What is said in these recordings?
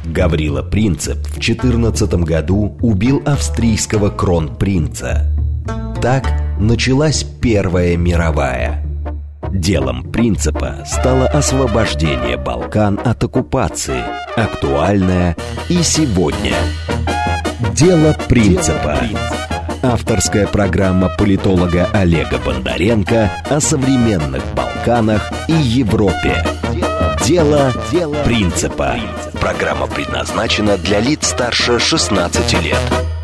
Гаврила Принцип в 14 году убил австрийского кронпринца. Так началась Первая мировая. Делом Принципа стало освобождение Балкан от оккупации, актуальное и сегодня. Дело Принципа. Авторская программа политолога Олега Бондаренко о современных Балканах и Европе. Дело Принципа. Программа предназначена для лиц старше 16 лет.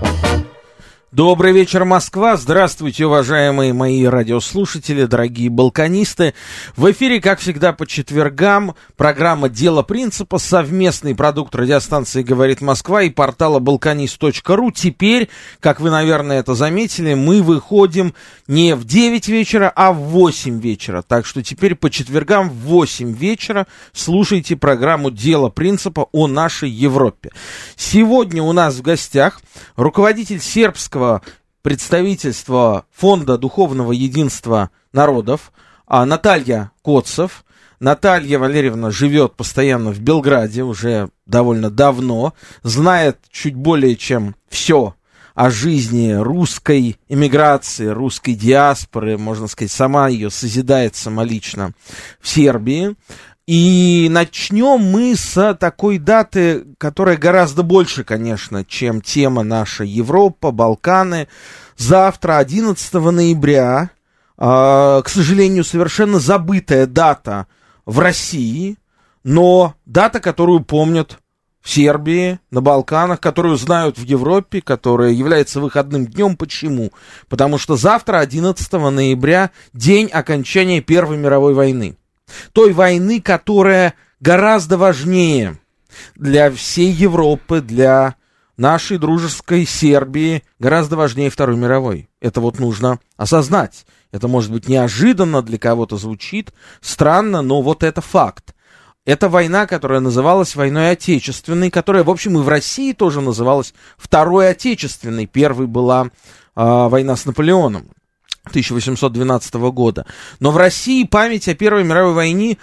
Добрый вечер, Москва. Здравствуйте, уважаемые мои радиослушатели, дорогие балканисты. В эфире, как всегда, по четвергам программа «Дело Принципа», совместный продукт радиостанции «Говорит Москва» и портала balkanist.ru. Теперь, как вы, наверное, это заметили, мы выходим не в 9 вечера, а в 8 вечера. Так что теперь по четвергам в 8 вечера слушайте программу «Дело Принципа» о нашей Европе. Сегодня у нас в гостях руководитель сербского представительства Фонда Духовного Единства Народов Наталья Коцев. Наталья Валерьевна живет постоянно в Белграде уже довольно давно, знает чуть более чем все о жизни русской эмиграции, русской диаспоры, можно сказать, сама ее созидает самолично в Сербии. И начнем мы с такой даты, которая гораздо больше, конечно, чем тема наша Европа, Балканы. Завтра, 11 ноября, к сожалению, совершенно забытая дата в России, но дата, которую помнят в Сербии, на Балканах, которую знают в Европе, которая является выходным днем. Почему? Потому что завтра, 11 ноября, день окончания Первой мировой войны. Той войны, которая гораздо важнее для всей Европы, для нашей дружеской Сербии, гораздо важнее Второй мировой. Это вот нужно осознать. Это, может быть, неожиданно для кого-то звучит, странно, но вот это факт. Это война, которая называлась войной Отечественной, которая, в общем, и в России тоже называлась Второй Отечественной. Первой была война с Наполеоном 1812 года. Но в России память о Первой мировой войне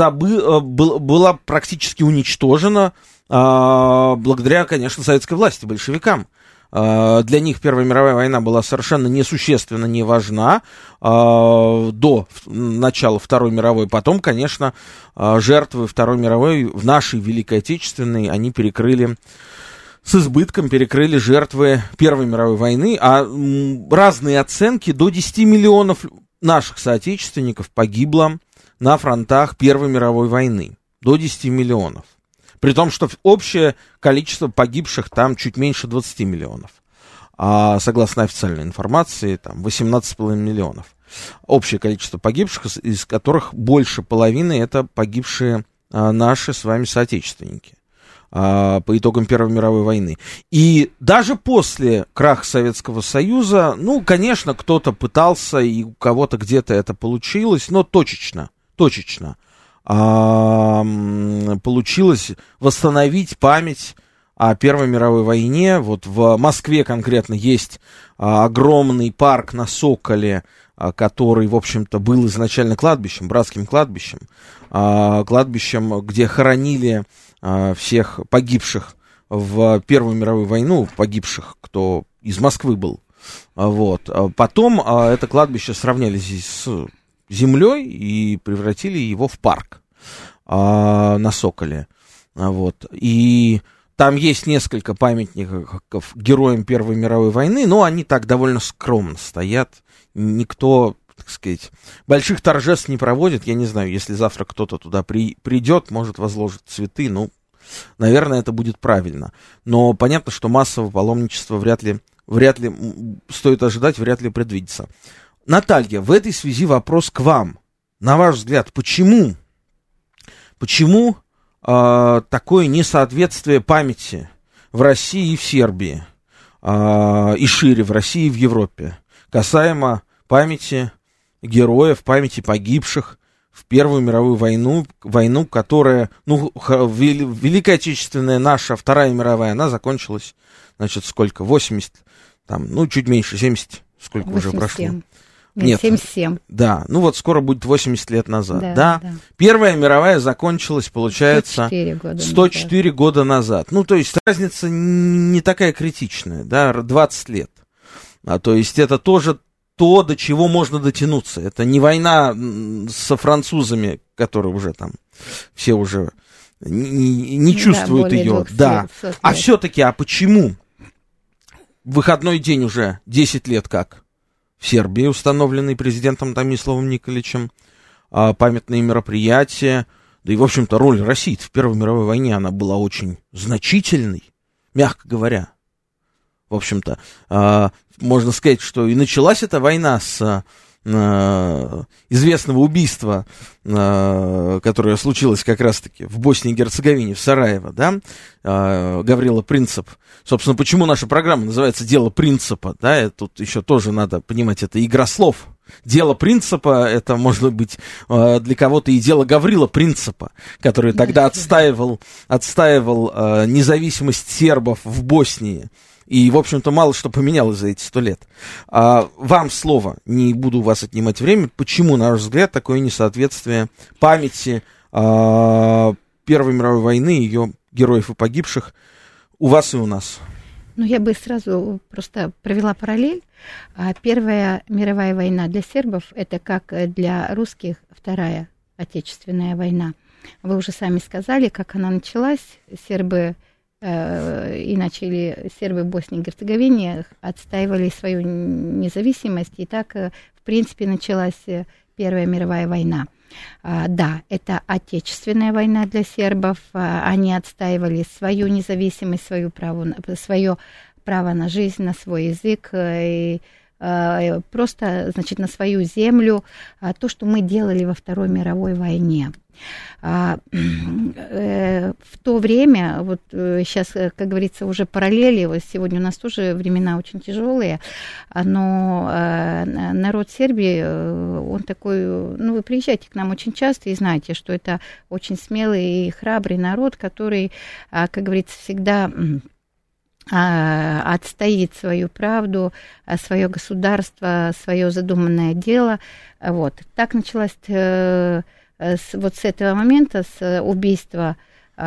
была практически уничтожена благодаря, конечно, советской власти, большевикам. Для них Первая мировая война была совершенно несущественно не важна до начала Второй мировой. Потом, конечно, жертвы Второй мировой в нашей Великой Отечественной, они с избытком перекрыли жертвы Первой мировой войны, а разные оценки, до 10 миллионов наших соотечественников погибло на фронтах Первой мировой войны. До 10 миллионов. При том, что общее количество погибших там чуть меньше 20 миллионов. А согласно официальной информации, там 18,5 миллионов. Общее количество погибших, из которых больше половины это погибшие наши с вами соотечественники по итогам Первой мировой войны. И даже после краха Советского Союза, конечно, кто-то пытался, и у кого-то где-то это получилось, но точечно получилось восстановить память о Первой мировой войне. Вот в Москве конкретно есть огромный парк на Соколе, который, в общем-то, был изначально кладбищем, братским кладбищем, где хоронили всех погибших в Первую мировую войну, погибших, кто из Москвы был. Вот. Потом это кладбище сравняли здесь с землей и превратили его в парк на Соколе. Вот. И там есть несколько памятников героям Первой мировой войны, но они так довольно скромно стоят. Никто, так сказать, больших торжеств не проводит. Я не знаю, если завтра кто-то туда придет, может возложить цветы, наверное, это будет правильно. Но понятно, что массового паломничества вряд ли стоит ожидать, вряд ли предвидится. Наталья, в этой связи вопрос к вам. На ваш взгляд, почему такое несоответствие памяти в России и в Сербии, и шире в России и в Европе, касаемо памяти героев, памяти погибших в Первую мировую войну, которая, Великая Отечественная наша, Вторая мировая, она закончилась, сколько, 80, чуть меньше, 70, сколько 87. Уже прошло. Нет, 77. Да, ну вот скоро будет 80 лет назад. Да. Первая мировая закончилась, получается, 104 года назад. Ну, то есть разница не такая критичная, да, 20 лет. То есть это тоже то, до чего можно дотянуться. Это не война со французами, которые уже там все уже не чувствуют ее. Да. А все-таки, почему в выходной день уже 10 лет как в Сербии, установленный президентом Томиславом Николичем, памятные мероприятия, да и, в общем-то, роль России в Первой мировой войне, она была очень значительной, мягко говоря. В общем-то, можно сказать, что и началась эта война с известного убийства, которое случилось как раз-таки в Боснии и Герцеговине, в Сараево, да, Гаврила Принцип. Собственно, почему наша программа называется «Дело Принципа», да, и тут еще тоже надо понимать, это игра слов. Дело Принципа, это, может быть, для кого-то и дело Гаврила Принципа, который тогда отстаивал независимость сербов в Боснии. И, в общем-то, мало что поменялось за эти 100 лет. Вам слово, не буду у вас отнимать время. Почему, на ваш взгляд, такое несоответствие памяти Первой мировой войны, ее героев и погибших у вас и у нас? Ну, я бы сразу просто провела параллель. Первая мировая война для сербов – это как для русских Вторая Отечественная война. Вы уже сами сказали, как она началась. Сербы в Боснии и Герцеговине отстаивали свою независимость, и так, в принципе, началась Первая мировая война. Да, это отечественная война для сербов, они отстаивали свою независимость, свое право на жизнь, на свой язык, и просто, значит, на свою землю, то, что мы делали во Второй мировой войне. В то время, вот сейчас, как говорится, уже параллели, вот сегодня у нас тоже времена очень тяжелые, но народ Сербии, он такой, ну, вы приезжаете к нам очень часто и знаете, что это очень смелый и храбрый народ, который, как говорится, всегда отстоит свою правду, свое государство, свое задуманное дело. Вот. Так началась вот с этого момента, с убийства,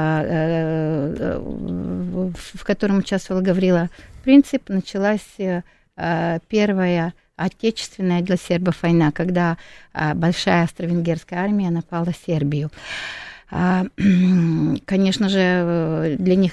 в котором участвовал Гаврила Принцип, началась первая отечественная для сербов война, когда большая австро-венгерская армия напала на Сербию. Конечно же, для них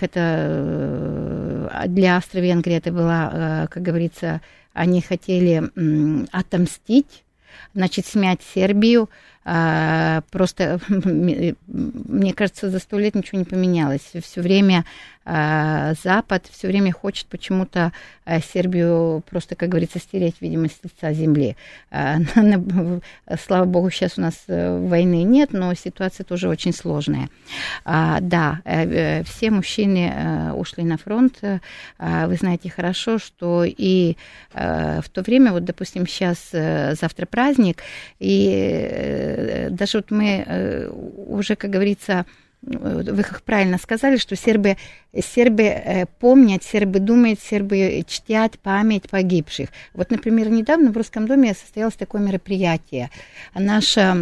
для Австро-Венгрии это было, как говорится, они хотели отомстить, значит, смять Сербию. Просто, мне кажется, за 100 лет ничего не поменялось. Все время Запад все время хочет почему-то Сербию просто, как говорится, стереть, видимо, с лица земли. Слава богу, сейчас у нас войны нет, но ситуация тоже очень сложная. Да, все мужчины ушли на фронт. Вы знаете хорошо, что и в то время, вот, допустим, сейчас завтра праздник, и даже вот мы уже, как говорится, вы как правильно сказали, что сербы помнят, сербы думают, сербы чтят память погибших. Вот, например, недавно в Русском доме состоялось такое мероприятие. Наша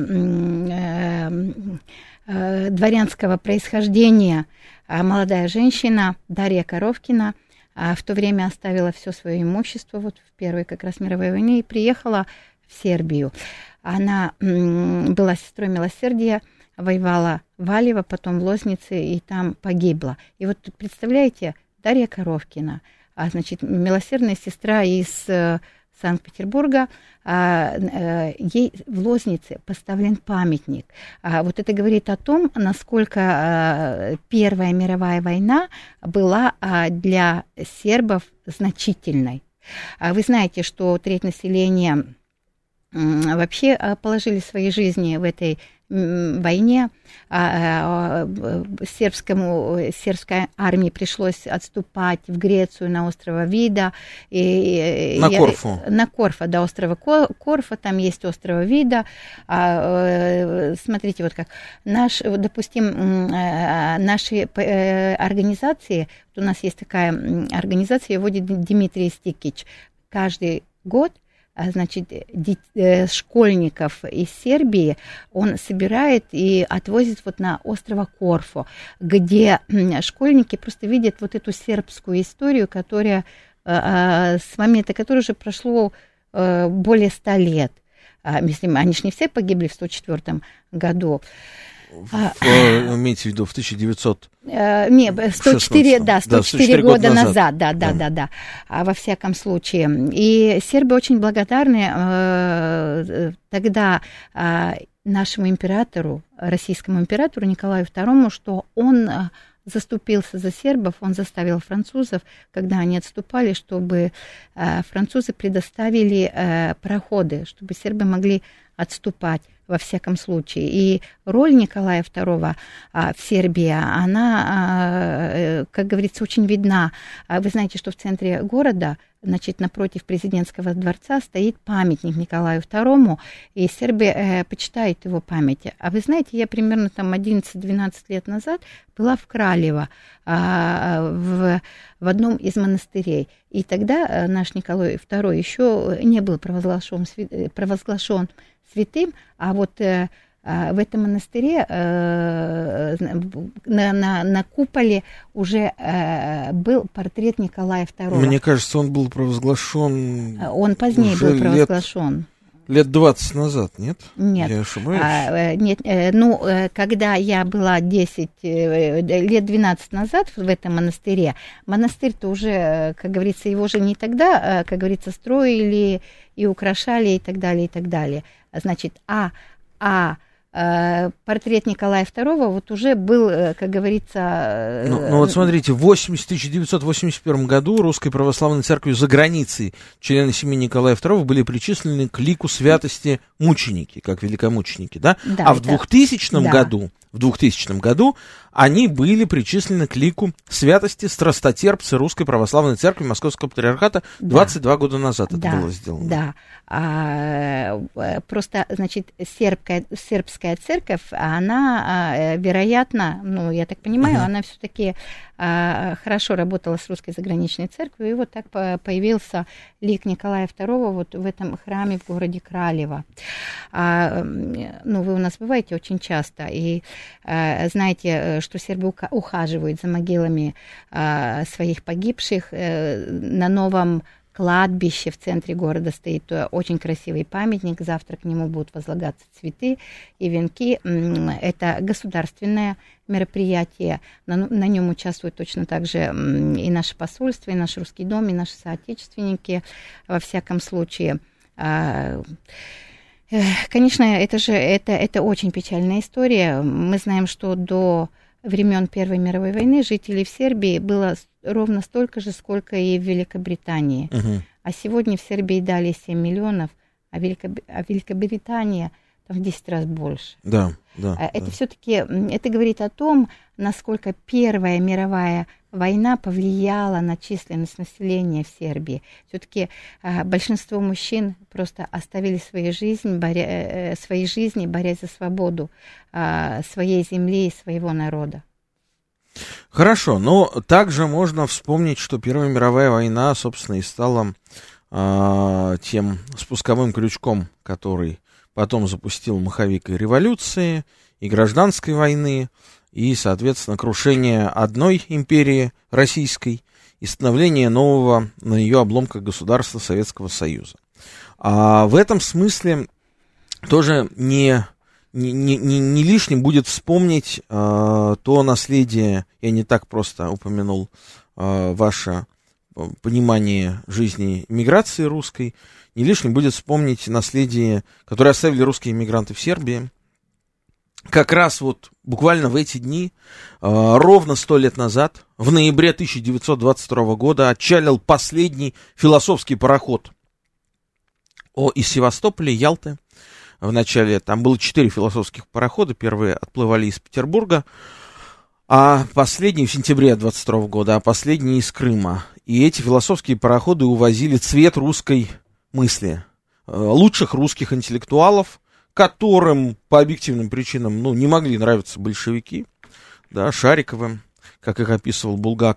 дворянского происхождения молодая женщина Дарья Коровкина в то время оставила все свое имущество вот в Первой как раз мировой войне и приехала в Сербию. Она была сестрой милосердия, воевала в Валево, потом в Лознице, и там погибла. И вот представляете, Дарья Коровкина, значит, милосердная сестра из Санкт-Петербурга, ей в Лознице поставлен памятник. Вот это говорит о том, насколько Первая мировая война была для сербов значительной. Вы знаете, что треть населения вообще положили свои жизни в этой войне. Сербской армии пришлось отступать в Грецию на остров Вида. На Корфу. На Корфу, до острова Корфа, там есть остров Вида. Смотрите, вот как. Допустим, наши организации, вот у нас есть такая организация, ее вводит Дмитрий Стикич, каждый год значит, школьников из Сербии он собирает и отвозит вот на остров Корфу, где школьники просто видят вот эту сербскую историю, которая с момента которой уже прошло более 100 лет. Они же не все погибли в 104 году. Имеете в виду в 1900? Нет, 104 года назад. Да. Во всяком случае. И сербы очень благодарны тогда нашему императору, российскому императору Николаю II, что он заступился за сербов, он заставил французов, когда они отступали, чтобы французы предоставили проходы, чтобы сербы могли отступать во всяком случае. И роль Николая II в Сербии, она, как говорится, очень видна. Вы знаете, что в центре города, значит, напротив президентского дворца стоит памятник Николаю II, и сербы почитают его память. А вы знаете, я примерно там 11-12 лет назад была в Кралево, в одном из монастырей. И тогда наш Николай II еще не был провозглашен святым, а вот в этом монастыре на куполе уже был портрет Николая II. Мне кажется, он был провозглашен. Он позднее был провозглашен. Лет 20 назад, нет? Нет. Я ошибаюсь? Нет, когда я была лет 12 назад в этом монастыре, монастырь-то уже, как говорится, его же не тогда, как говорится, строили и украшали и так далее, и так далее. Значит, портрет Николая II вот уже был, как говорится... Ну вот смотрите, в 1981 году Русской Православной Церковью за границей члены семьи Николая II были причислены к лику святости мученики, как великомученики, да? Да, а в 2000 году они были причислены к лику святости страстотерпцы Русской Православной Церкви Московского Патриархата 22 года назад это было сделано. Да, просто, значит, сербская церковь, она, вероятно, я так понимаю, она все-таки хорошо работала с Русской заграничной церковью, и вот так появился лик Николая II вот в этом храме в городе Кралево. Вы у нас бываете очень часто, и знаете, что сербы ухаживают за могилами своих погибших. На новом кладбище в центре города стоит очень красивый памятник. Завтра к нему будут возлагаться цветы и венки. Это государственное мероприятие. На нем участвуют точно так же и наше посольство, и наш Русский дом, и наши соотечественники. Во всяком случае, конечно, это очень печальная история. Мы знаем, что до времен Первой мировой войны жителей в Сербии было ровно столько же, сколько и в Великобритании. А сегодня в Сербии дали 7 миллионов, а Великобритания там в 10 раз больше. Это все-таки, это говорит о том, насколько Первая мировая война повлияла на численность населения в Сербии. Все-таки большинство мужчин просто оставили свои жизни, борясь за свободу своей земли и своего народа. Хорошо, но также можно вспомнить, что Первая мировая война, собственно, и стала тем спусковым крючком, который потом запустил маховик и революции, и гражданской войны, и, соответственно, крушение одной империи российской и становление нового на ее обломках государства Советского Союза. А в этом смысле тоже не лишним будет вспомнить то наследие, я не так просто упомянул ваше понимание жизни миграции русской, не лишним будет вспомнить наследие, которое оставили русские иммигранты в Сербии. Как раз вот буквально в эти дни, ровно 100 лет назад, в ноябре 1922 года, отчалил последний философский пароход из Севастополя, Ялты. Вначале там было 4 философских парохода, первые отплывали из Петербурга, а последний в сентябре 22 года, а последний из Крыма. И эти философские пароходы увозили цвет русской мысли, лучших русских интеллектуалов, которым по объективным причинам, не могли нравиться большевики, да, Шариковым, как их описывал Булгаков.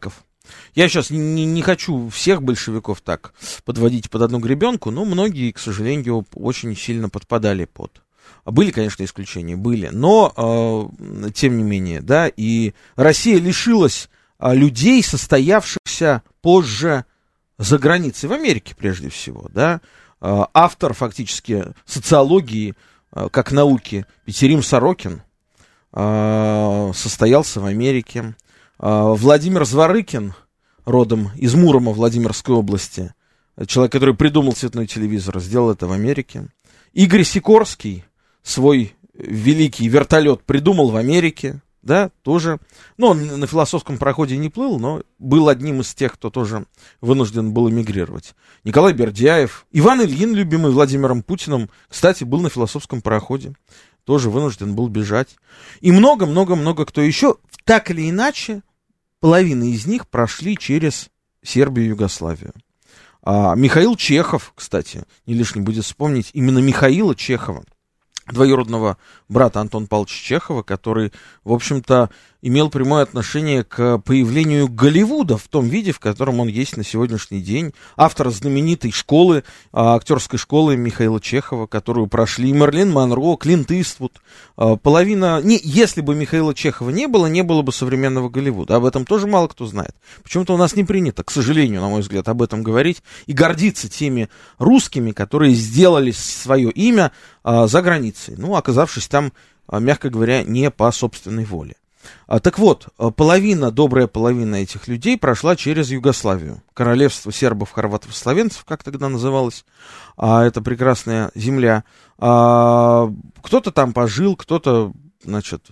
Я сейчас не хочу всех большевиков так подводить под одну гребенку, но многие, к сожалению, очень сильно подпадали под. Были, конечно, исключения, были, но, тем не менее, да, и Россия лишилась людей, состоявшихся позже за границей, в Америке прежде всего, да. Автор, фактически, социологии как науки Петерим Сорокин состоялся в Америке. Владимир Зворыкин, родом из Мурома Владимирской области, человек, который придумал цветной телевизор, сделал это в Америке. Игорь Сикорский свой великий вертолет придумал в Америке, да, тоже. Ну, он на философском пароходе не плыл, но был одним из тех, кто тоже вынужден был эмигрировать. Николай Бердяев, Иван Ильин, любимый Владимиром Путиным, кстати, был на философском пароходе, тоже вынужден был бежать. И много-много-много кто еще, так или иначе, половина из них прошли через Сербию и Югославию. Михаил Чехов, кстати, не лишним будет вспомнить именно Михаила Чехова, двоюродного брата Антона Павловича Чехова, который, в общем-то, имел прямое отношение к появлению Голливуда в том виде, в котором он есть на сегодняшний день. Автор знаменитой школы, актерской школы Михаила Чехова, которую прошли Мерлин Монро, Клинт Иствуд. Половина... Если бы Михаила Чехова не было бы современного Голливуда. Об этом тоже мало кто знает. Почему-то у нас не принято, к сожалению, на мой взгляд, об этом говорить и гордиться теми русскими, которые сделали свое имя за границей, ну, оказавшись там, мягко говоря, не по собственной воле. Так вот, добрая половина этих людей прошла через Югославию. Королевство сербов, хорватов и словенцев, как тогда называлось, это прекрасная земля. Кто-то там пожил, кто-то, значит,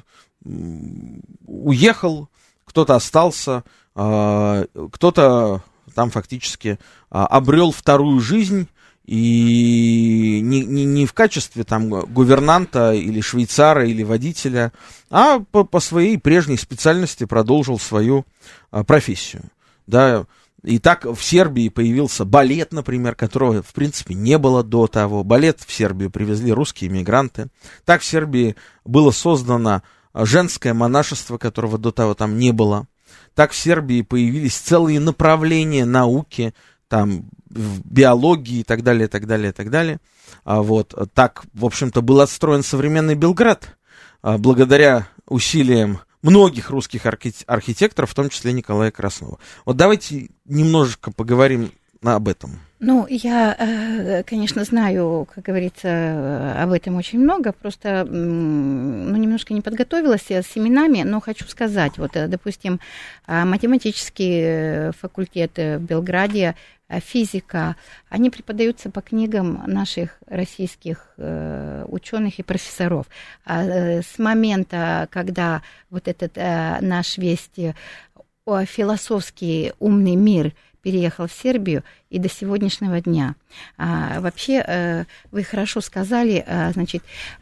уехал, кто-то остался, кто-то там фактически обрел вторую жизнь. И не в качестве там гувернанта или швейцара или водителя, а по своей прежней специальности продолжил свою профессию. Да. И так в Сербии появился балет, например, которого, в принципе, не было до того. Балет в Сербию привезли русские мигранты. Так в Сербии было создано женское монашество, которого до того там не было. Так в Сербии появились целые направления науки, там, в биологии и так далее, и так далее, и так далее. Вот. Так, в общем-то, был отстроен современный Белград, благодаря усилиям многих русских архитекторов, в том числе Николая Краснова. Вот давайте немножечко поговорим об этом. Ну, я, конечно, знаю, как говорится, об этом очень много, просто, немножко не подготовилась с именами, но хочу сказать, вот, допустим, математический факультет в Белграде, физика, они преподаются по книгам наших российских ученых и профессоров. С момента, когда вот этот наш весь философский умный мир переехал в Сербию и до сегодняшнего дня. Вообще, вы хорошо сказали, значит,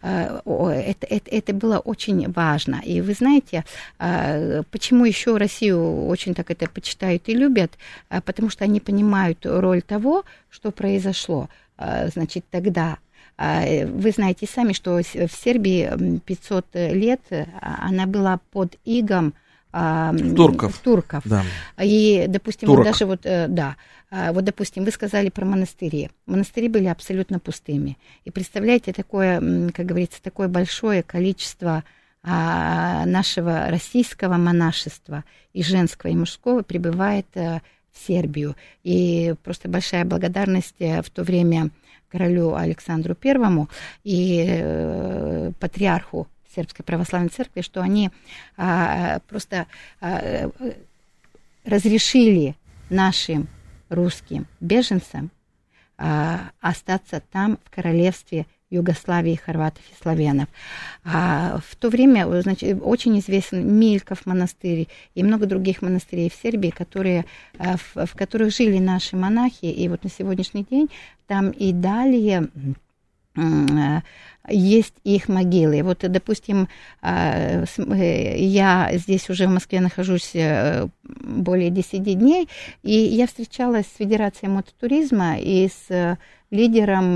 это было очень важно. И вы знаете, почему еще Россию очень так это почитают и любят? Потому что они понимают роль того, что произошло, значит, тогда. Вы знаете сами, что в Сербии 500 лет она была под игом турков. Да. И, допустим, вот даже вот, да, вот, допустим, вы сказали про монастыри. Монастыри были абсолютно пустыми. И представляете, такое, как говорится, такое большое количество нашего российского монашества и женского, и мужского прибывает в Сербию. И просто большая благодарность в то время королю Александру Первому и патриарху Сербской православной церкви, что они просто разрешили нашим русским беженцам остаться там, в королевстве Югославии, хорватов и славянов. В то время, значит, очень известен Мильков монастырь и много других монастырей в Сербии, в которых жили наши монахи, и вот на сегодняшний день там и далее есть их могилы. Вот, допустим, я здесь уже в Москве нахожусь более 10 дней, и я встречалась с Федерацией мототуризма и с лидером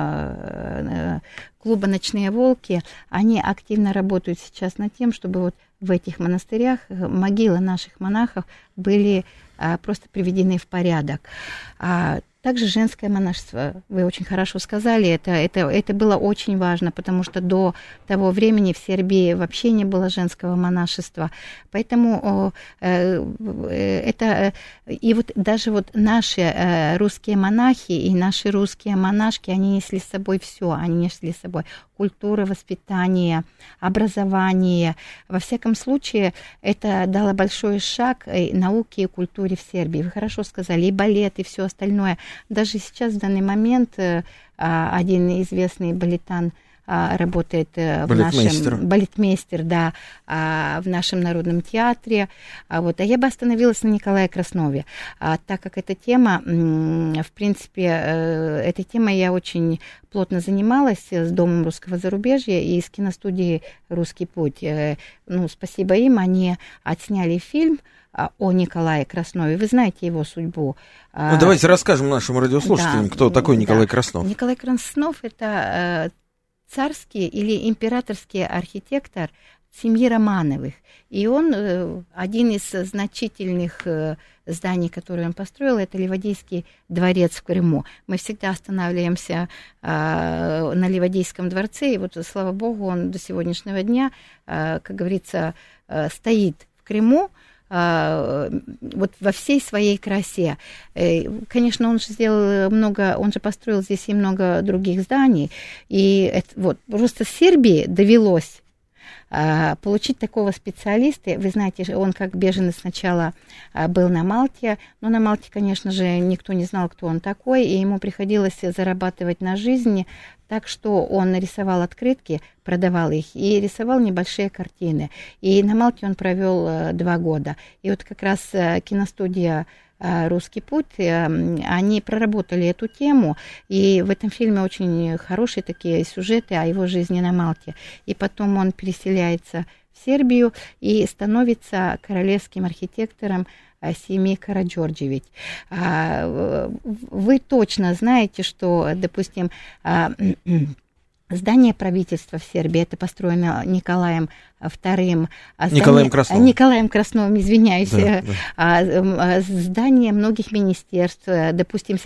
клуба «Ночные волки». Они активно работают сейчас над тем, чтобы вот в этих монастырях могилы наших монахов были просто приведены в порядок. Также женское монашество, вы очень хорошо сказали, это было очень важно, потому что до того времени в Сербии вообще не было женского монашества. Поэтому и вот даже вот наши русские монахи и наши русские монашки, они несли с собой все, они несли с собой культуру, воспитание, образование. Во всяком случае, это дало большой шаг науке и культуре в Сербии. Вы хорошо сказали, и балет, и все остальное. Даже сейчас, в данный момент, один известный балетан работает балетмейстер, да, в нашем народном театре. А я бы остановилась на Николае Краснове, так как эта тема, в принципе, этой темой я очень плотно занималась с Домом русского зарубежья и с киностудией «Русский путь». Спасибо им, они отсняли фильм о Николае Краснове. Вы знаете его судьбу. Давайте расскажем нашим радиослушателям, кто такой Николай Краснов. Николай Краснов – это царский или императорский архитектор семьи Романовых. И он, один из значительных зданий, которые он построил, это Ливадийский дворец в Крыму. Мы всегда останавливаемся на Ливадийском дворце, и слава богу, он до сегодняшнего дня, как говорится, стоит в Крыму, во всей своей красе. Конечно, он же сделал много, он же построил здесь и много других зданий, и просто Сербии довелось получить такого специалиста. Вы знаете, он как беженец сначала был на Малте, но на Малте, конечно же, никто не знал, кто он такой, и ему приходилось зарабатывать на жизнь, так что он рисовал открытки, продавал их и рисовал небольшие картины. И на Малте он провел 2 года. И как раз киностудия «Русский путь», они проработали эту тему, и в этом фильме очень хорошие такие сюжеты о его жизни на Малте. И потом он переселяется в Сербию и становится королевским архитектором семьи Караджорджевич. Вы точно знаете, что, допустим, здание правительства в Сербии, это построено Николаем II. Николаем Красновым, извиняюсь. Да. Здание многих министерств, допустим,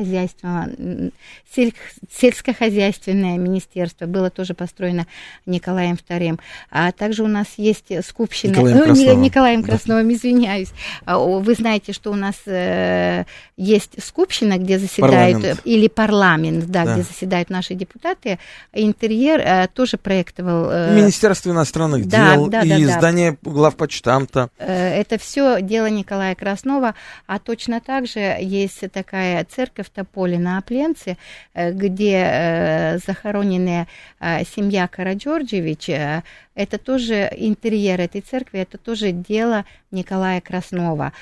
сельскохозяйственное министерство было тоже построено Николаем II. А также у нас есть скупщина... Николаем Красновым, извиняюсь. Вы знаете, что у нас есть скупщина, где заседают... Или парламент, где заседают наши депутаты. Интерьер тоже проектовал... Министерство иностранных дел и здание главпочтамта. Это все дело Николая Краснова. А точно так же есть такая церковь в Тополе на Опленце, где захороненная семья Караджорджевич. Это тоже интерьер этой церкви, это тоже дело Николая Краснова.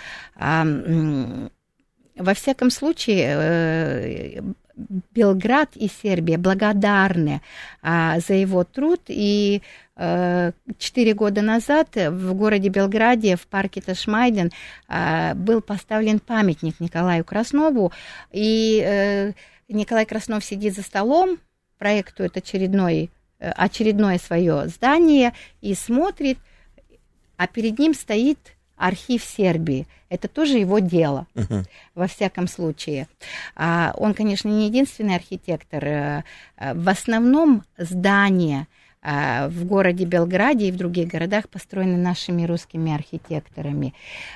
Во всяком случае, Белград и Сербия благодарны за его труд, и 4 года назад в городе Белграде в парке Ташмайдан был поставлен памятник Николаю Краснову, и Николай Краснов сидит за столом, проектует очередное свое здание и смотрит, а перед ним стоит архив Сербии. Это тоже его дело, во всяком случае. Он, конечно, не единственный архитектор. В основном здания в городе Белграде и в других городах построены нашими русскими архитекторами.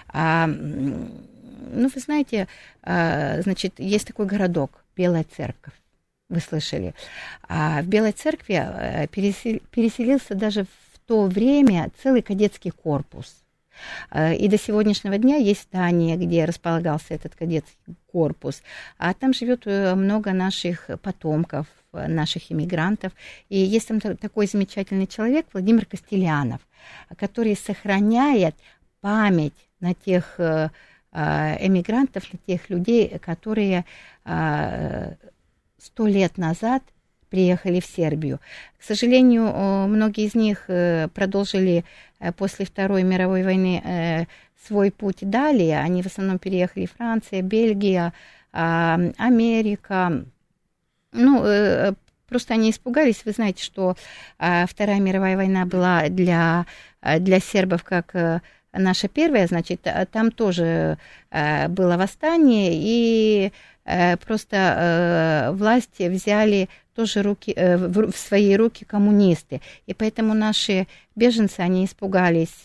Вы знаете, значит, есть такой городок, Белая Церковь. Вы слышали. В Белой Церкви переселился даже в то время целый кадетский корпус. И до сегодняшнего дня есть здание, где располагался этот кадетский корпус. А там живет много наших потомков, наших иммигрантов. И есть там такой замечательный человек, Владимир Костелянов, который сохраняет память на тех эмигрантов, на тех людей, которые 100 лет назад приехали в Сербию. К сожалению, многие из них продолжили после Второй мировой войны свой путь далее. Они в основном переехали в Францию, Бельгия, Америка. Просто они испугались. Вы знаете, что Вторая мировая война была для сербов как наша первая, значит, там тоже было восстание, и просто власть взяли тоже в свои руки коммунисты. И поэтому наши беженцы, они испугались.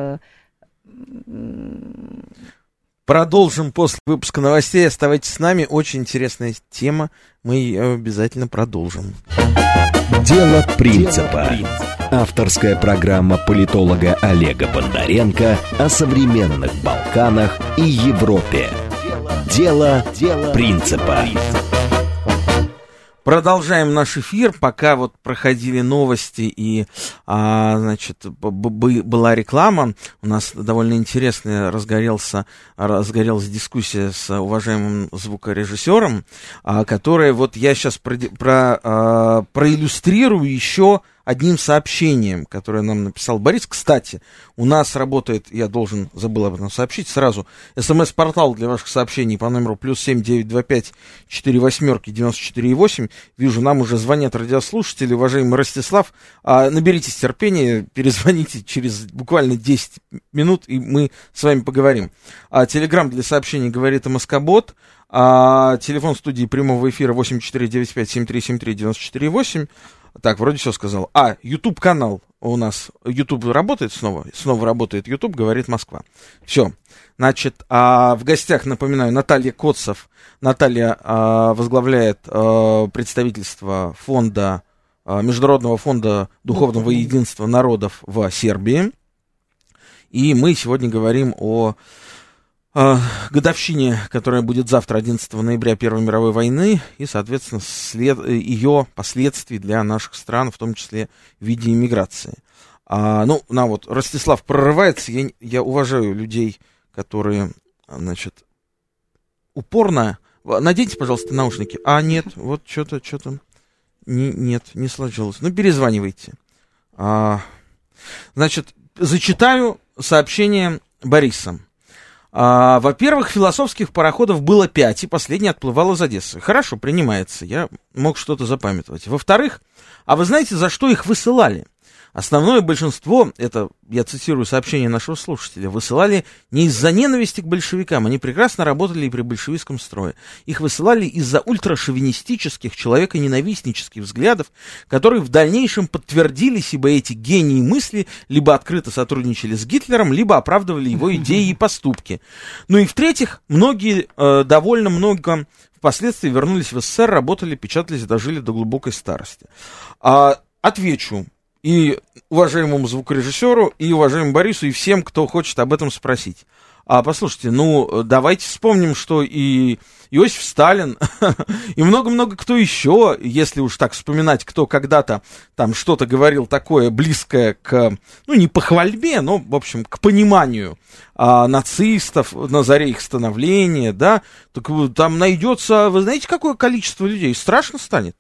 Продолжим после выпуска новостей. Оставайтесь с нами. Очень интересная тема. Мы ее обязательно продолжим. Дело принципа. Авторская программа политолога Олега Бондаренко о современных Балканах и Европе. Дело принципа. Продолжаем наш эфир, пока вот проходили новости и, значит, была реклама. У нас довольно интересная разгорелась дискуссия с уважаемым звукорежиссером, которая вот я сейчас проиллюстрирую еще одним сообщением, которое нам написал Борис. Кстати, у нас работает, я забыл об этом сообщить сразу, СМС-портал для ваших сообщений по номеру +7 925 48 94 8. Вижу, нам уже звонят радиослушатели. Уважаемый Ростислав, наберитесь терпения, перезвоните через буквально 10 минут, и мы с вами поговорим. Телеграм для сообщений говорит МСК-бот. Телефон студии прямого эфира 8495 7373 94 8. Так, вроде все сказал. YouTube-канал у нас. YouTube работает снова? Снова работает YouTube, говорит Москва. Все. Значит, в гостях, напоминаю, Наталья Коцев. Наталья возглавляет представительство фонда, Международного фонда духовного единства народов в Сербии. И мы сегодня говорим о годовщине, которая будет завтра, 11 ноября Первой мировой войны, и, соответственно, ее последствий для наших стран, в том числе в виде иммиграции. Вот Ростислав прорывается. Я уважаю людей, которые, значит, упорно... Наденьте, пожалуйста, наушники. Нет, вот что-то... Нет, не сложилось. Перезванивайте. Значит, зачитаю сообщение Бориса. Во-первых, философских пароходов было 5, и последний отплывал из Одессы. Хорошо, принимается, я мог что-то запамятовать. Во-вторых, вы знаете, за что их высылали? Основное большинство, это я цитирую сообщение нашего слушателя, высылали не из-за ненависти к большевикам, они прекрасно работали и при большевистском строе. Их высылали из-за ультрашовинистических, человеконенавистнических взглядов, которые в дальнейшем подтвердились, ибо эти гении мысли либо открыто сотрудничали с Гитлером, либо оправдывали его идеи и поступки. И в-третьих, довольно много впоследствии вернулись в СССР, работали, печатались, дожили до глубокой старости. Отвечу и уважаемому звукорежиссеру, и уважаемому Борису, и всем, кто хочет об этом спросить. Послушайте, давайте вспомним, что и Иосиф Сталин, и много-много кто еще, если уж так вспоминать, кто когда-то там что-то говорил такое близкое к, не похвальбе, но, в общем, к пониманию нацистов на заре их становления, да, так там найдется, вы знаете, какое количество людей, страшно станет.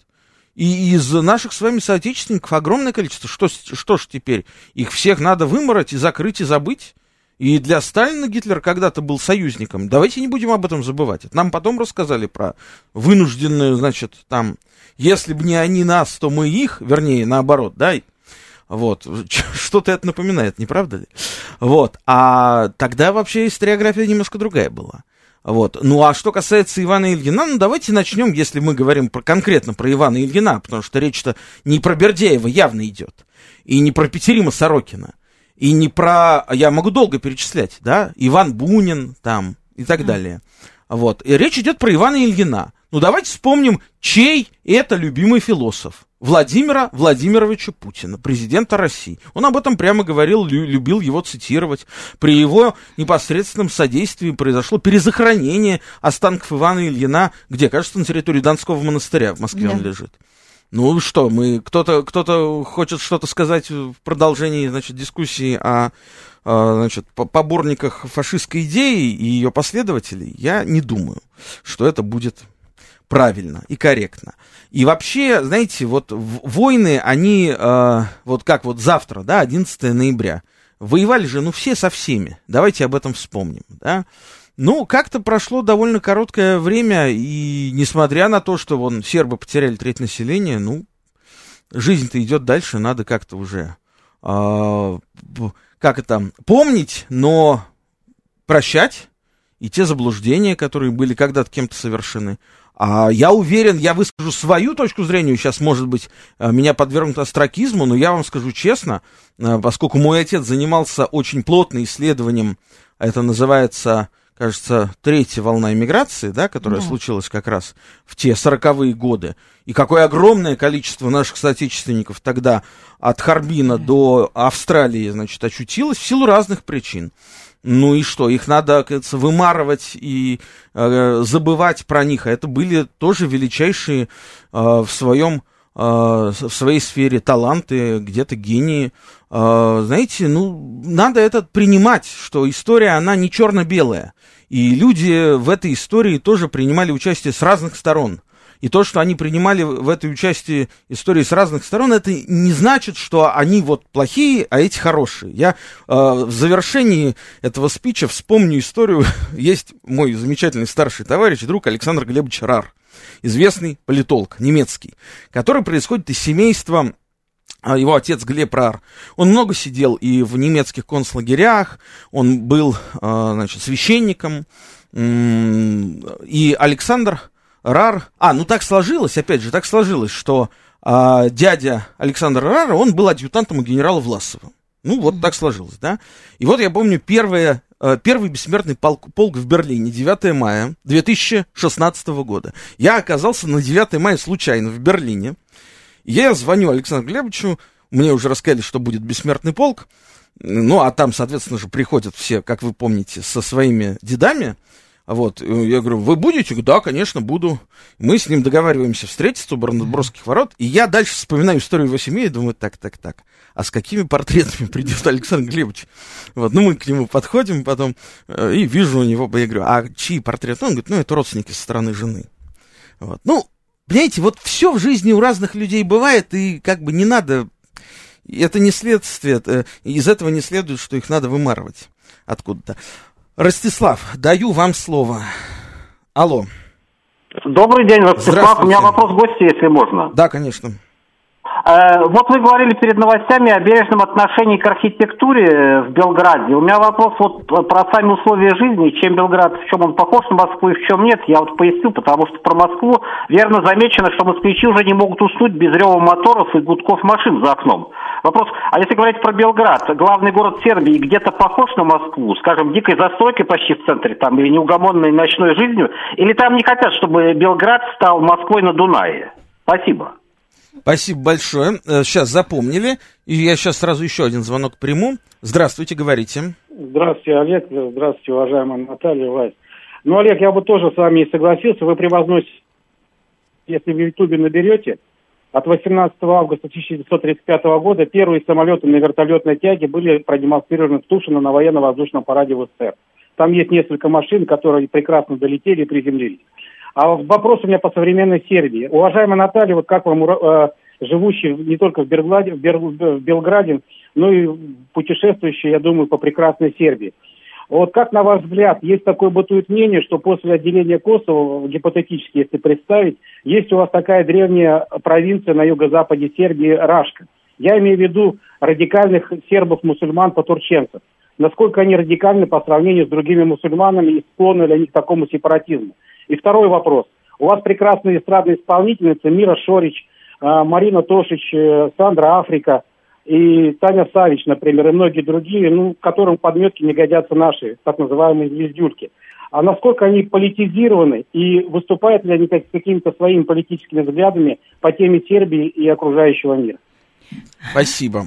И из наших с вами соотечественников огромное количество. Что ж теперь? Их всех надо вымороть и закрыть, и забыть? И для Сталина Гитлер когда-то был союзником. Давайте не будем об этом забывать. Это нам потом рассказали про вынужденную, значит, там, если бы не они нас, то мы их, вернее, наоборот, да? Вот, что-то это напоминает, не правда ли? Вот, а тогда вообще историография немножко другая была. Вот. А что касается Ивана Ильина, давайте начнем, если мы говорим конкретно про Ивана Ильина, потому что речь-то не про Бердяева явно идет, и не про Петерима Сорокина, и не про, я могу долго перечислять, да, Иван Бунин там и так далее. Вот. И речь идет про Ивана Ильина. Давайте вспомним, чей это любимый философ. Владимира Владимировича Путина, президента России. Он об этом прямо говорил, любил его цитировать. При его непосредственном содействии произошло перезахоронение останков Ивана Ильина, где, кажется, на территории Донского монастыря в Москве он лежит. Что, кто-то хочет что-то сказать в продолжении, значит, дискуссии о, значит, поборниках фашистской идеи и ее последователей? Я не думаю, что это будет правильно и корректно. И вообще, знаете, вот войны, они, вот как вот завтра, да, 11 ноября, воевали же, все со всеми. Давайте об этом вспомним, да. Как-то прошло довольно короткое время, и несмотря на то, что сербы потеряли треть населения, жизнь-то идет дальше, надо как-то уже помнить, но прощать и те заблуждения, которые были когда-то кем-то совершены. А я уверен, я выскажу свою точку зрения, сейчас, может быть, меня подвергнут остракизму, но я вам скажу честно, поскольку мой отец занимался очень плотным исследованием, это называется, кажется, третья волна иммиграции, да, которая случилась как раз в те 40-е годы, и какое огромное количество наших соотечественников тогда от Харбина до Австралии, значит, очутилось в силу разных причин. Ну и что, их надо, кажется, вымарывать и забывать про них. А это были тоже величайшие в своей сфере таланты, где-то гении. Знаете, надо это принимать, что история, она не черно-белая. И люди в этой истории тоже принимали участие с разных сторон. И то, что они принимали в этой участии истории с разных сторон, это не значит, что они вот плохие, а эти хорошие. Я в завершении этого спича вспомню историю. Есть мой замечательный старший товарищ, друг Александр Глебович Рар, известный политолог немецкий, который происходит из семейства, его отец Глеб Рар. Он много сидел и в немецких концлагерях, он был, значит, священником, и Александр Рар, так сложилось, опять же, что дядя Александра Рара, он был адъютантом у генерала Власова. Вот так сложилось, да. И вот я помню первый бессмертный полк в Берлине, 9 мая 2016 года. Я оказался на 9 мая случайно в Берлине. Я звоню Александру Глебовичу, мне уже рассказали, что будет бессмертный полк. А там, соответственно же, приходят все, как вы помните, со своими дедами. Вот, я говорю, вы будете? Да, конечно, буду. Мы с ним договариваемся встретиться у Бранденбургских ворот, и я дальше вспоминаю историю его семьи и думаю, так, а с какими портретами придет Александр Глебович? Вот, мы к нему подходим потом, и вижу у него, я говорю, а чьи портреты? Он говорит, это родственники со стороны жены. Вот, понимаете, вот все в жизни у разных людей бывает, и не надо, это не следствие, из этого не следует, что их надо вымарывать откуда-то. Ростислав, даю вам слово. Алло. Добрый день, Ростислав. У меня вопрос к гостю, если можно. Да, конечно. Вот вы говорили перед новостями о бережном отношении к архитектуре в Белграде. У меня вопрос про сами условия жизни, чем Белград, в чем он похож на Москву и в чем нет. Я поясню, потому что про Москву верно замечено, что москвичи уже не могут уснуть без рева моторов и гудков машин за окном. Вопрос, а если говорить про Белград, главный город Сербии, где-то похож на Москву, скажем, дикой застройкой почти в центре, или неугомонной ночной жизнью, или там не хотят, чтобы Белград стал Москвой на Дунае? Спасибо. Спасибо большое. Сейчас запомнили. И я сейчас сразу еще один звонок приму. Здравствуйте, говорите. Здравствуйте, Олег. Здравствуйте, уважаемая Наталья, Вась. Олег, я бы тоже с вами не согласился. Вы превозносите, если в Ютубе наберете, от 18 августа 1935 года первые самолеты на вертолетной тяге были продемонстрированы в Тушино на военно-воздушном параде в СССР. Там есть несколько машин, которые прекрасно долетели и приземлились. А вопрос у меня по современной Сербии. Уважаемая Наталья, как вам, живущий не только в Белграде, но и путешествующий, я думаю, по прекрасной Сербии. Как, на ваш взгляд, есть такое бытует мнение, что после отделения Косово, гипотетически, если представить, есть у вас такая древняя провинция на юго-западе Сербии, Рашка. Я имею в виду радикальных сербов-мусульман-потурченцев. Насколько они радикальны по сравнению с другими мусульманами и склонны ли они к такому сепаратизму? И второй вопрос. У вас прекрасные эстрадные исполнительницы Мира Шорич, Марина Тошич, Сандра Африка и Таня Савич, например, и многие другие, которым подметки не годятся наши, так называемые звездюльки. А насколько они политизированы и выступают ли они какими-то своими политическими взглядами по теме Сербии и окружающего мира? Спасибо.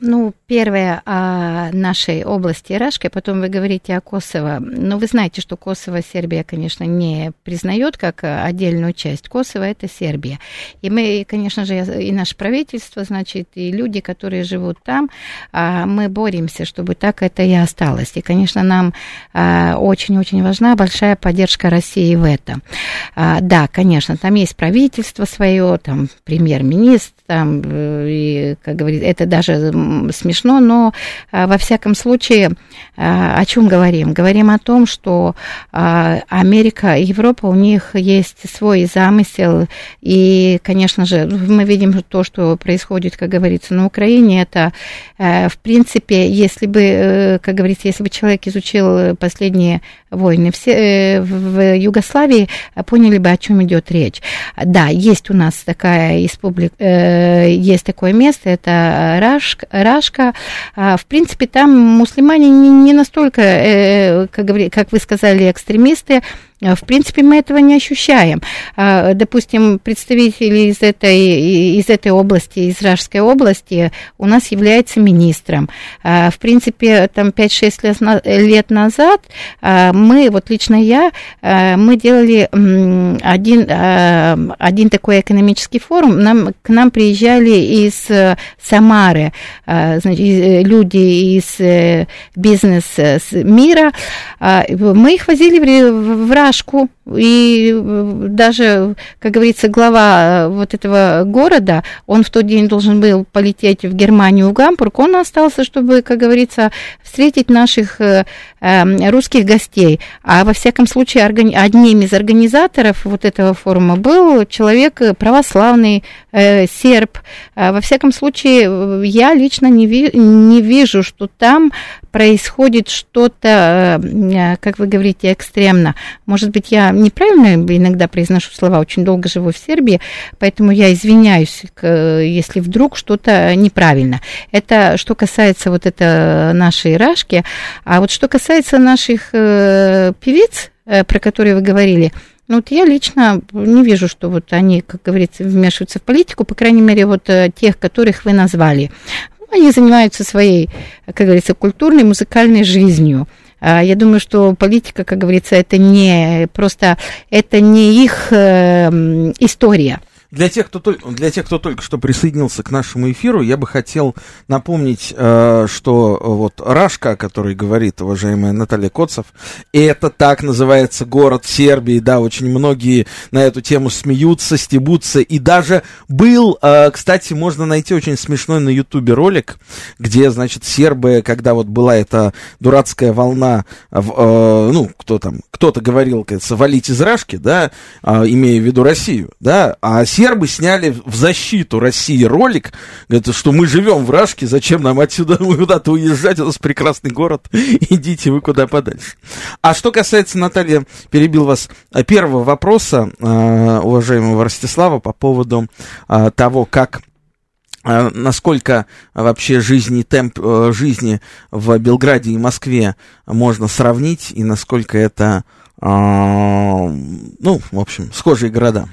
Первое о нашей области Рашки, потом вы говорите о Косово. Вы знаете, что Косово Сербия, конечно, не признает как отдельную часть. Косово – это Сербия. И мы, конечно же, и наше правительство, значит, и люди, которые живут там, мы боремся, чтобы так это и осталось. И, конечно, нам очень-очень важна большая поддержка России в этом. Да, конечно, там есть правительство свое, там премьер-министр, там, и, как говорится, это даже смешно, но во всяком случае, о чем говорим? Говорим о том, что Америка и Европа, у них есть свой замысел, и, конечно же, мы видим то, что происходит, как говорится, на Украине. Это, в принципе, если бы, как говорится, если бы человек изучил последние войны в Югославии, поняли бы, о чем идет речь. Да, есть у нас такая есть такое место, это Рашка. В принципе, там мусульмане не настолько, как вы сказали, экстремисты. В принципе, мы этого не ощущаем. Допустим, представитель из этой области, из Рашской области, у нас является министром. В принципе, там 5-6 лет назад мы, вот лично я, мы делали один такой экономический форум. К нам приезжали из Самары, значит, люди из бизнес-мира. Мы их возили в Рашку. И даже, как говорится, глава вот этого города, он в тот день должен был полететь в Германию, в Гамбург, он остался, чтобы, как говорится, встретить наших русских гостей. А во всяком случае, одним из организаторов вот этого форума был человек православный, серб. Во всяком случае, я лично не вижу, что там происходит что-то, как вы говорите, экстремно. Может быть, я неправильно иногда произношу слова, очень долго живу в Сербии, поэтому я извиняюсь, если вдруг что-то неправильно. Это что касается вот это нашей Рашки, а вот что касается наших певиц, про которые вы говорили, ну, вот я лично не вижу, что вот они, как говорится, вмешиваются в политику, по крайней мере, вот тех, которых вы назвали. Они занимаются своей, как говорится, культурной, музыкальной жизнью. Я думаю, что политика, как говорится, это не их история. Для тех, кто только что присоединился к нашему эфиру, я бы хотел напомнить, что вот Рашка, о которой говорит уважаемая Наталья Коцев, это так называется город Сербии, да, очень многие на эту тему смеются, стебутся, и даже был, кстати, можно найти очень смешной на Ютубе ролик, где, значит, сербы, когда вот была эта дурацкая волна, кто-то говорил, кажется, валить из Рашки, да, имея в виду Россию, да, а сербы сняли в защиту России ролик, говорят, что мы живем в Рашке, зачем нам отсюда куда-то уезжать, у нас прекрасный город, идите вы куда подальше. А что касается, Наталья, перебил вас, первого вопроса, уважаемого Ростислава, по поводу того, как насколько вообще темп жизни в Белграде и Москве можно сравнить, и насколько это, в общем, схожие города.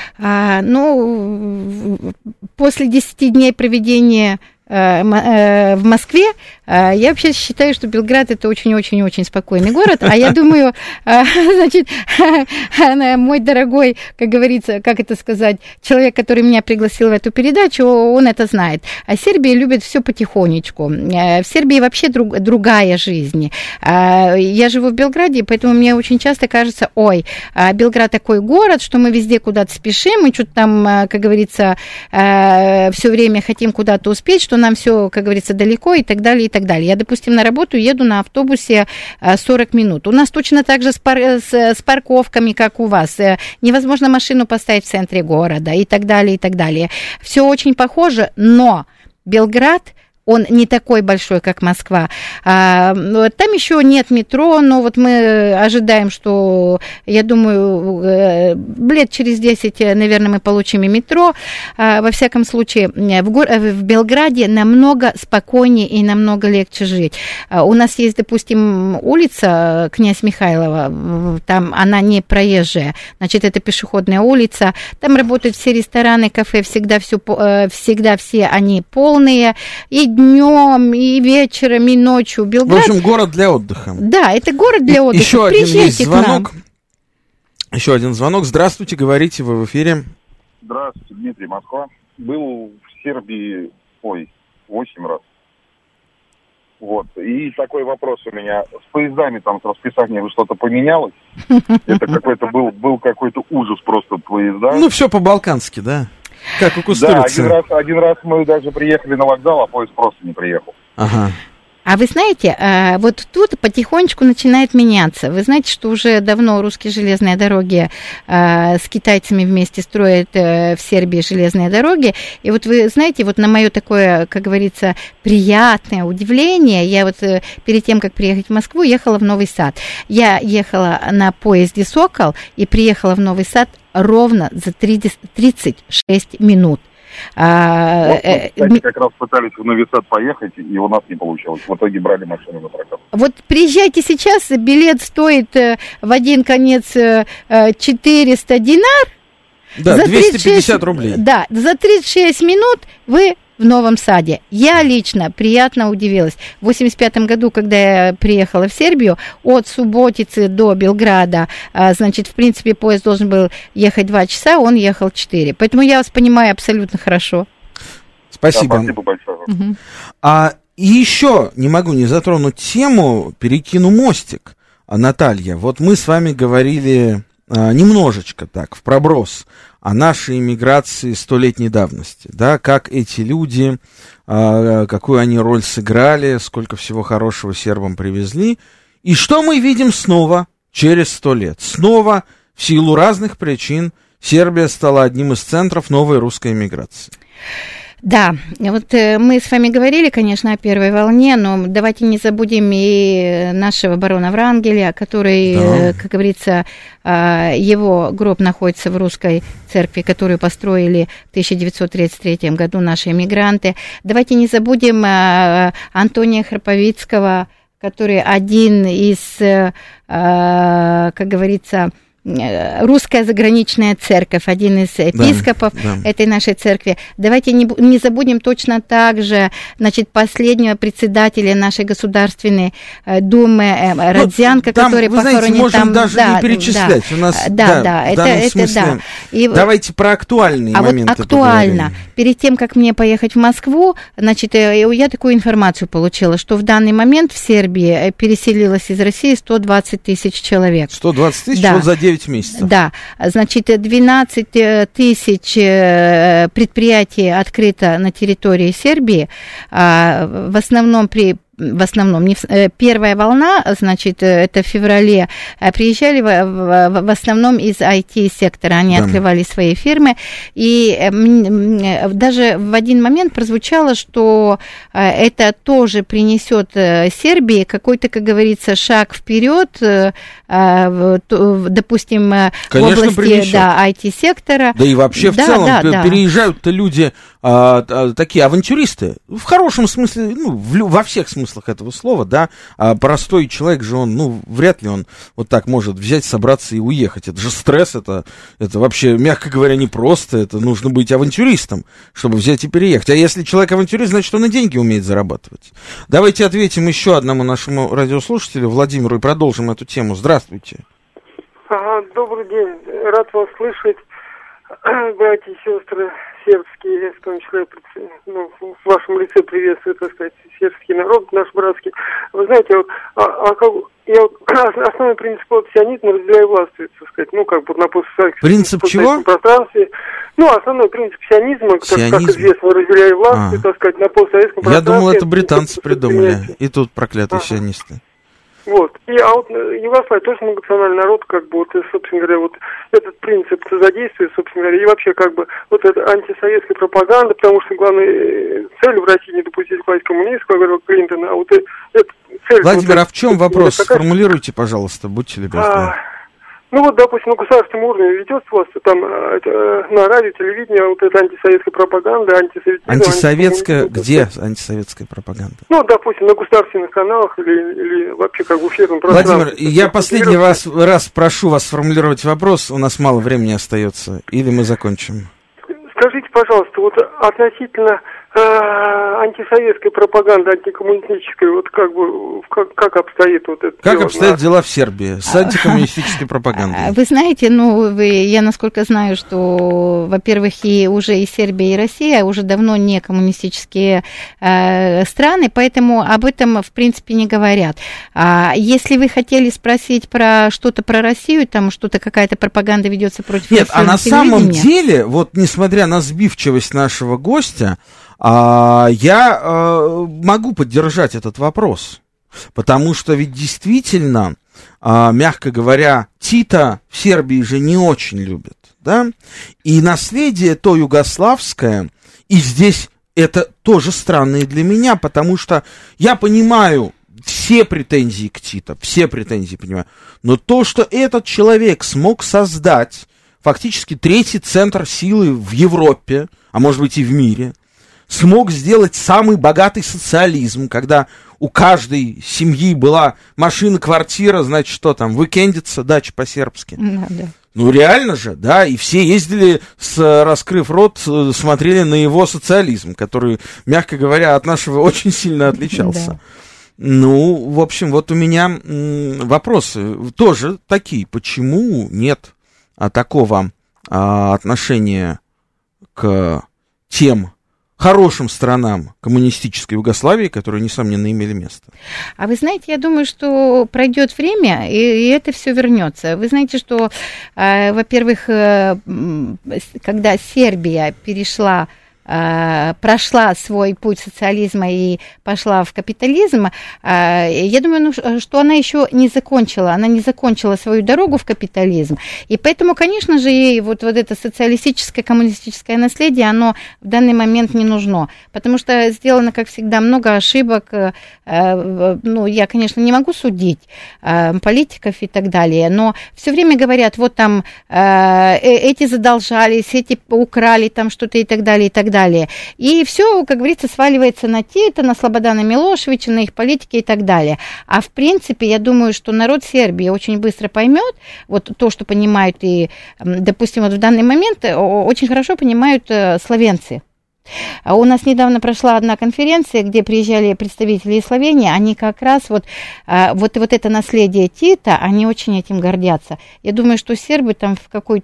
После 10 дней проведения в Москве, я вообще считаю, что Белград это очень-очень-очень спокойный город, а я думаю, значит, мой дорогой, как говорится, как это сказать, человек, который меня пригласил в эту передачу, он это знает. А Сербия любит все потихонечку. В Сербии вообще другая жизнь. Я живу в Белграде, поэтому мне очень часто кажется, Белград такой город, что мы везде куда-то спешим, мы что-то там, как говорится, все время хотим куда-то успеть, что нам все, как говорится, далеко и так далее, и так далее. Я, допустим, на работу еду на автобусе 40 минут. У нас точно так же с парковками, как у вас. Невозможно машину поставить в центре города и так далее, и так далее. Все очень похоже, но Белград... Он не такой большой, как Москва. Там еще нет метро, но вот мы ожидаем, что, я думаю, лет через 10, наверное, мы получим и метро. Во всяком случае, в Белграде намного спокойнее и намного легче жить. У нас есть, допустим, улица Князь Михайлова, там она не проезжая, значит, это пешеходная улица, там работают все рестораны, кафе, всегда все они полные, и днем, и вечером, и ночью. Белград... В общем, город для отдыха. Да, это город для отдыха. Еще один есть звонок. Еще один звонок. Здравствуйте, говорите, вы в эфире. Здравствуйте, Дмитрий, Москва. Был в Сербии, 8 раз. Вот. И такой вопрос у меня. С поездами там, с расписанием что-то поменялось? Это какой-то был какой-то ужас просто поезда. Все по-балкански, да? Как у Кустурицы. Да, один раз мы даже приехали на вокзал, а поезд просто не приехал. Ага. А вы знаете, вот тут потихонечку начинает меняться. Вы знаете, что уже давно русские железные дороги с китайцами вместе строят в Сербии железные дороги. И вот вы знаете, вот на мое такое, как говорится, приятное удивление, я вот перед тем, как приехать в Москву, ехала в Новый Сад. Я ехала на поезде «Сокол» и приехала в Новый Сад ровно за 36 минут. Мы, кстати, как раз пытались в Новый Сад поехать, и у нас не получилось. В итоге брали машину на прокат. Вот приезжайте сейчас, билет стоит в один конец 400 динар. Да, за 250 рублей. Да, за 36 минут вы в Новом Саде. Я лично приятно удивилась. В 1985 году, когда я приехала в Сербию, от Субботицы до Белграда, значит, в принципе, поезд должен был ехать 2 часа, он ехал 4. Поэтому я вас понимаю абсолютно хорошо. Спасибо. Да, спасибо большое. Угу. И еще не могу не затронуть тему, перекину мостик, Наталья. Вот мы с вами говорили немножечко так, в проброс, о нашей иммиграции 100-летней давности, да, как эти люди, какую они роль сыграли, сколько всего хорошего сербам привезли, и что мы видим снова через 100 лет. Снова, в силу разных причин, Сербия стала одним из центров новой русской иммиграции. Да, вот мы с вами говорили, конечно, о первой волне, но давайте не забудем и нашего барона Врангеля, который, да, как говорится, его гроб находится в русской церкви, которую построили в 1933 году наши эмигранты. Давайте не забудем Антония Храповицкого, который один из, как говорится, русская заграничная церковь, один из епископов, да, этой нашей церкви. Давайте не забудем точно так же, значит, последнего председателя нашей Государственной Думы Родзянко, который похоронен там. Даже не перечислять. Да, у нас, это да. И давайте про актуальные моменты. Вот актуально. Поговорим. Перед тем, как мне поехать в Москву, значит, я такую информацию получила, что в данный момент в Сербии переселилось из России 120 тысяч человек. 120 тысяч, да, вот за 9 месяцев. Да, значит, 12 тысяч предприятий открыто на территории Сербии, в основном первая волна, значит, это в феврале, приезжали в основном из IT-сектора, они, да, открывали свои фирмы, и даже в один момент прозвучало, что это тоже принесет Сербии какой-то, как говорится, шаг вперед, допустим, конечно, в области, да, IT-сектора. Да и вообще в целом переезжают-то люди такие авантюристы, в хорошем смысле, ну, во всех смыслах этого слова, да, а простой человек же он, ну, вряд ли он вот так может взять, собраться и уехать. Это же стресс, это вообще, мягко говоря, непросто, это нужно быть авантюристом, чтобы взять и переехать. А если человек авантюрист, значит, он и деньги умеет зарабатывать. Давайте ответим еще одному нашему радиослушателю, Владимиру, и продолжим эту тему. Здравствуйте. Добрый день, рад вас слышать, братья и сестры сербские, в том числе, ну, в вашем лице приветствую, так сказать, сербский народ, наш братский. Вы знаете, я основной принцип сионизма разделяю властью, так сказать, ну, как бы на постсоветском пространстве. Ну, основной принцип сионизма, как известно, разделяю властью, так сказать, на постсоветском пространстве. Я думал, это британцы придумали, и тут проклятые сионисты. Вот. Вот Югославия тоже многонациональный народ, как бы, вот, собственно говоря, вот этот принцип задействует, собственно говоря, и вообще, как бы, вот эта антисоветская пропаганда, потому что главная цель в России не допустить к власти коммунистов, говорил Клинтон, а вот эта цель... Владимир, а в чем вопрос? Сформулируйте, пожалуйста, будьте любезны. Ну вот, допустим, на государственном уровне ведется просто там на радио, телевидении вот эта антисоветская пропаганда, антисоветизм. Антисоветская, где антисоветская пропаганда? Ну, допустим, на государственных каналах или вообще как в эфирном пространстве. Владимир, я последний раз прошу вас сформулировать вопрос, у нас мало времени остается, или мы закончим. Скажите, пожалуйста, вот относительно антисоветской пропаганды, антикоммунистической, вот как обстоит вот это Как дело? обстоят дела в Сербии с антикоммунистической пропагандой? Вы знаете, я насколько знаю, что, во-первых, уже и Сербия, и Россия уже давно не коммунистические страны, поэтому об этом, в принципе, не говорят. Если вы хотели спросить про что-то про Россию, там что-то, какая-то пропаганда ведется против Нет, России а на самом деле, вот несмотря на сбивчивость нашего гостя, я могу поддержать этот вопрос, потому что ведь действительно, мягко говоря, Тита в Сербии же не очень любят, да, и наследие то югославское, и здесь это тоже странно и для меня, потому что я понимаю все претензии к Тито, все претензии понимаю, но то, что этот человек смог создать фактически третий центр силы в Европе, а может быть и в мире, смог сделать самый богатый социализм, когда у каждой семьи была машина, квартира, значит, что там, уикендица, дача по-сербски. Да. Ну, реально же, да, и все ездили, раскрыв рот, смотрели на его социализм, который, мягко говоря, от нашего очень сильно отличался. Да. Ну, в общем, вот у меня вопросы тоже такие. Почему нет такого отношения к тем хорошим сторонам коммунистической Югославии, которые, несомненно, имели место? А вы знаете, я думаю, что пройдет время, и это все вернется. Вы знаете, что, во-первых, когда Сербия прошла свой путь социализма и пошла в капитализм, я думаю, что она еще не закончила свою дорогу в капитализм, и поэтому, конечно же, ей вот это социалистическое, коммунистическое наследие, оно в данный момент не нужно, потому что сделано, как всегда, много ошибок, я, конечно, не могу судить политиков и так далее, но все время говорят, вот там эти задолжались, эти украли там что-то и так далее, и так далее. И все, как говорится, сваливается на Тита, на Слободана Милошевича, на их политики и так далее. А в принципе, я думаю, что народ Сербии очень быстро поймет вот то, что понимают и, допустим, вот в данный момент очень хорошо понимают словенцы. У нас недавно прошла одна конференция, где приезжали представители из Словении, они как раз вот это наследие Тита, они очень этим гордятся. Я думаю, что сербы там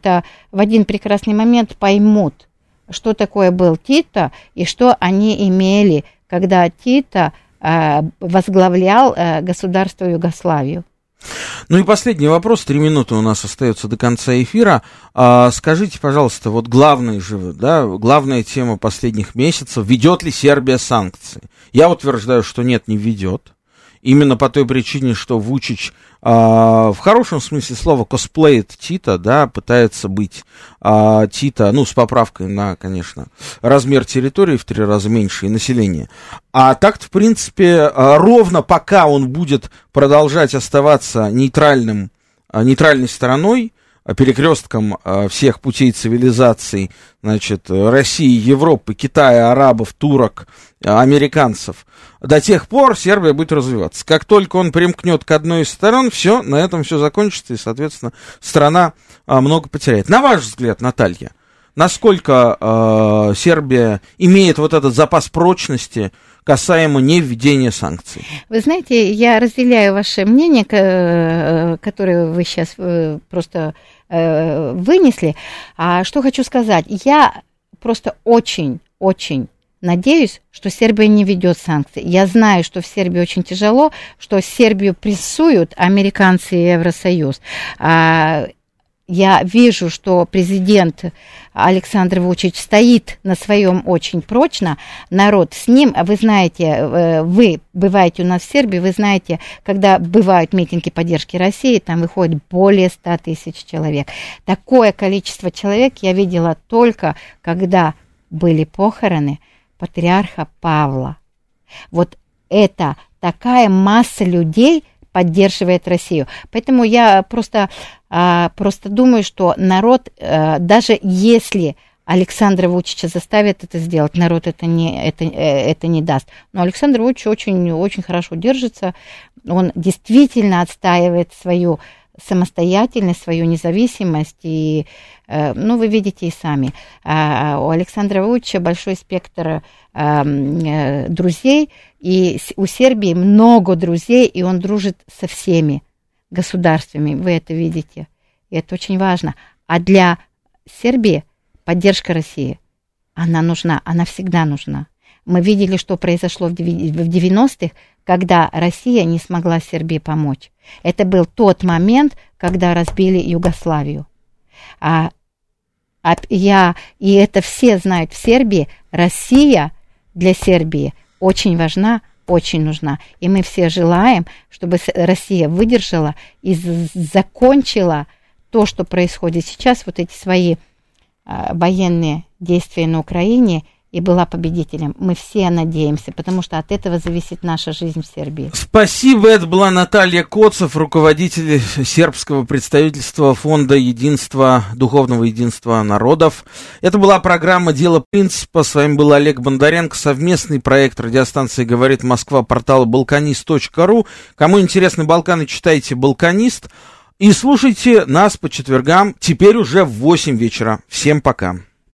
в один прекрасный момент поймут, что такое был Тито и что они имели, когда Тито возглавлял государство Югославию. Ну и последний вопрос, 3 минуты у нас остается до конца эфира. Скажите, пожалуйста, вот главная тема последних месяцев, ведет ли Сербия санкции? Я утверждаю, что нет, не ведет. Именно по той причине, что Вучич в хорошем смысле слова косплеит Тита, да, пытается быть Тита, с поправкой на, конечно, размер территории в 3 раза меньше и население. А так-то, в принципе, ровно пока он будет продолжать оставаться нейтральной стороной, перекрестком всех путей цивилизаций, значит, России, Европы, Китая, арабов, турок, американцев, до тех пор Сербия будет развиваться. Как только он примкнет к одной из сторон, все, на этом все закончится, и, соответственно, страна много потеряет. На ваш взгляд, Наталья, насколько Сербия имеет вот этот запас прочности касаемо невведения санкций? Вы знаете, я разделяю ваше мнение, которое вы сейчас просто вынесли. А что хочу сказать? Я просто очень надеюсь, что Сербия не ведет санкции. Я знаю, что в Сербии очень тяжело, что Сербию прессуют американцы и Евросоюз. Я вижу, что президент Александр Вучич стоит на своем очень прочно, народ с ним. Вы знаете, вы бываете у нас в Сербии, вы знаете, когда бывают митинги поддержки России, там выходит более 100 тысяч человек. Такое количество человек я видела только, когда были похороны патриарха Павла. Вот это такая масса людей поддерживает Россию. Поэтому я просто думаю, что народ, даже если Александра Вучича заставит это сделать, народ это не даст. Но Александр Вучич очень хорошо держится, он действительно отстаивает свою самостоятельность, свою независимость, и, вы видите и сами. У Александра Вучича большой спектр друзей, и у Сербии много друзей, и он дружит со всеми государствами, вы это видите, и это очень важно. А для Сербии поддержка России, она нужна, она всегда нужна. Мы видели, что произошло в 90-х, когда Россия не смогла Сербии помочь. Это был тот момент, когда разбили Югославию. И это все знают в Сербии, Россия для Сербии очень важна, очень нужна. И мы все желаем, чтобы Россия выдержала и закончила то, что происходит сейчас, вот эти свои военные действия на Украине, и была победителем. Мы все надеемся, потому что от этого зависит наша жизнь в Сербии. Спасибо. Это была Наталья Коцев, руководитель сербского представительства Фонда единства, Духовного единства народов. Это была программа «Дело принципа». С вами был Олег Бондаренко. Совместный проект радиостанции «Говорит Москва», портала balkanist.ru. Кому интересны Балканы, читайте «Балканист». И слушайте нас по четвергам, теперь уже в 8 вечера. Всем пока.